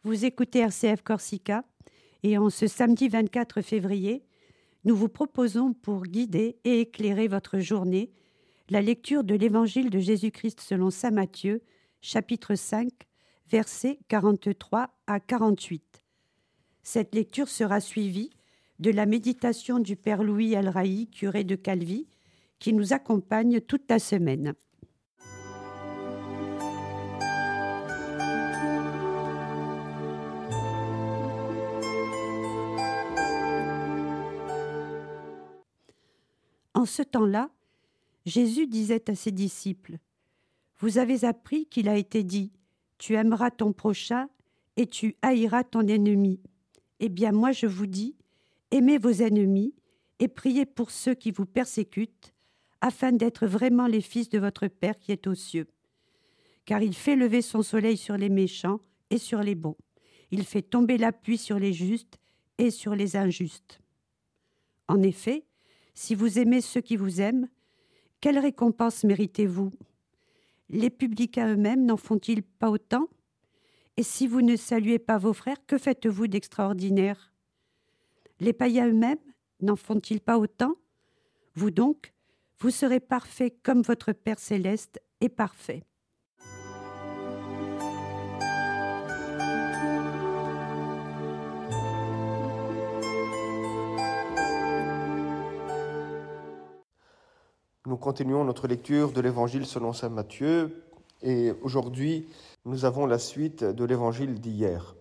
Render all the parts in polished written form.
Vous écoutez RCF Corsica et en ce samedi 24 février, nous vous proposons pour guider et éclairer votre journée la lecture de l'Évangile de Jésus-Christ selon saint Matthieu, chapitre 5, versets 43 à 48. Cette lecture sera suivie de la méditation du Père Louis Alraï, curé de Calvi, qui nous accompagne toute la semaine. En ce temps-là, Jésus disait à ses disciples : « Vous avez appris qu'il a été dit : tu aimeras ton prochain et tu haïras ton ennemi. Eh bien, moi je vous dis, aimez vos ennemis et priez pour ceux qui vous persécutent, afin d'être vraiment les fils de votre Père qui est aux cieux. Car il fait lever son soleil sur les méchants et sur les bons. Il fait tomber la pluie sur les justes et sur les injustes. En effet, si vous aimez ceux qui vous aiment, quelle récompense méritez-vous ? Les publicains eux-mêmes n'en font-ils pas autant ? Et si vous ne saluez pas vos frères, que faites-vous d'extraordinaire ? Les païens eux-mêmes n'en font-ils pas autant ? Vous donc, vous serez parfaits comme votre Père céleste est parfait. » Nous continuons notre lecture de l'Évangile selon saint Matthieu et aujourd'hui nous avons la suite de l'Évangile d'hier.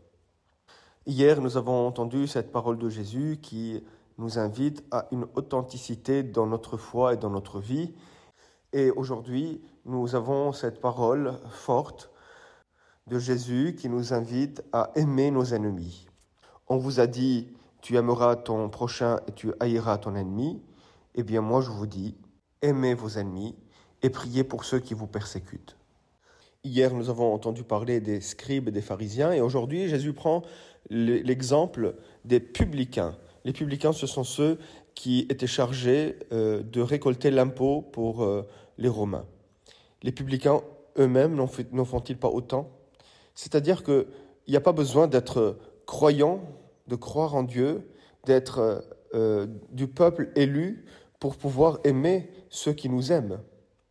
Hier nous avons entendu cette parole de Jésus qui nous invite à une authenticité dans notre foi et dans notre vie. Et aujourd'hui nous avons cette parole forte de Jésus qui nous invite à aimer nos ennemis. On vous a dit « tu aimeras ton prochain et tu haïras ton ennemi ». Eh bien moi je vous dis « aimez vos ennemis et priez pour ceux qui vous persécutent. » Hier, nous avons entendu parler des scribes et des pharisiens et aujourd'hui, Jésus prend l'exemple des publicains. Les publicains, ce sont ceux qui étaient chargés de récolter l'impôt pour les Romains. Les publicains eux-mêmes n'en font-ils pas autant ? C'est-à-dire qu'il n'y a pas besoin d'être croyant, de croire en Dieu, d'être du peuple élu pour pouvoir aimer ceux qui nous aiment.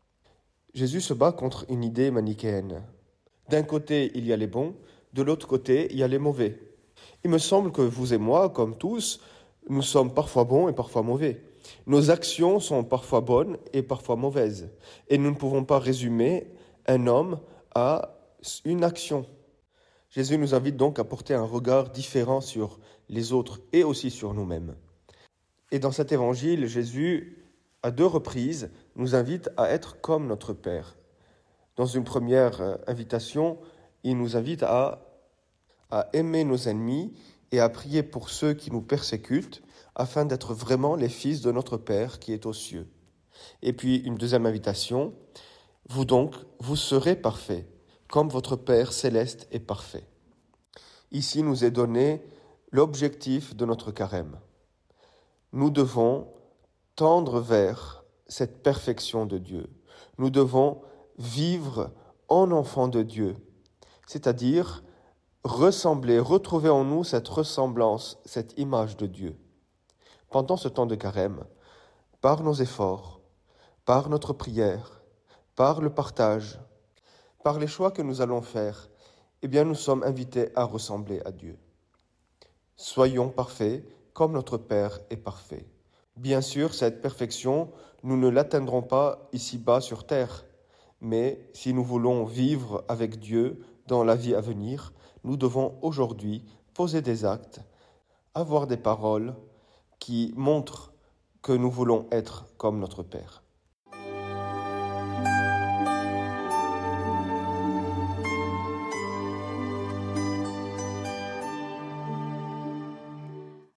Jésus se bat contre une idée manichéenne. D'un côté, il y a les bons, de l'autre côté, il y a les mauvais. Il me semble que vous et moi, comme tous, nous sommes parfois bons et parfois mauvais. Nos actions sont parfois bonnes et parfois mauvaises. Et nous ne pouvons pas résumer un homme à une action. Jésus nous invite donc à porter un regard différent sur les autres et aussi sur nous-mêmes. Et dans cet évangile, Jésus, à 2 reprises, nous invite à être comme notre Père. Dans une première invitation, il nous invite à aimer nos ennemis et à prier pour ceux qui nous persécutent, afin d'être vraiment les fils de notre Père qui est aux cieux. Et puis une deuxième invitation, vous donc, vous serez parfaits, comme votre Père céleste est parfait. Ici nous est donné l'objectif de notre carême. Nous devons tendre vers cette perfection de Dieu. Nous devons vivre en enfants de Dieu, c'est-à-dire ressembler, retrouver en nous cette ressemblance, cette image de Dieu. Pendant ce temps de carême, par nos efforts, par notre prière, par le partage, par les choix que nous allons faire, eh bien nous sommes invités à ressembler à Dieu. Soyons parfaits comme notre Père est parfait. Bien sûr, cette perfection, nous ne l'atteindrons pas ici-bas sur terre, mais si nous voulons vivre avec Dieu dans la vie à venir, nous devons aujourd'hui poser des actes, avoir des paroles qui montrent que nous voulons être comme notre Père.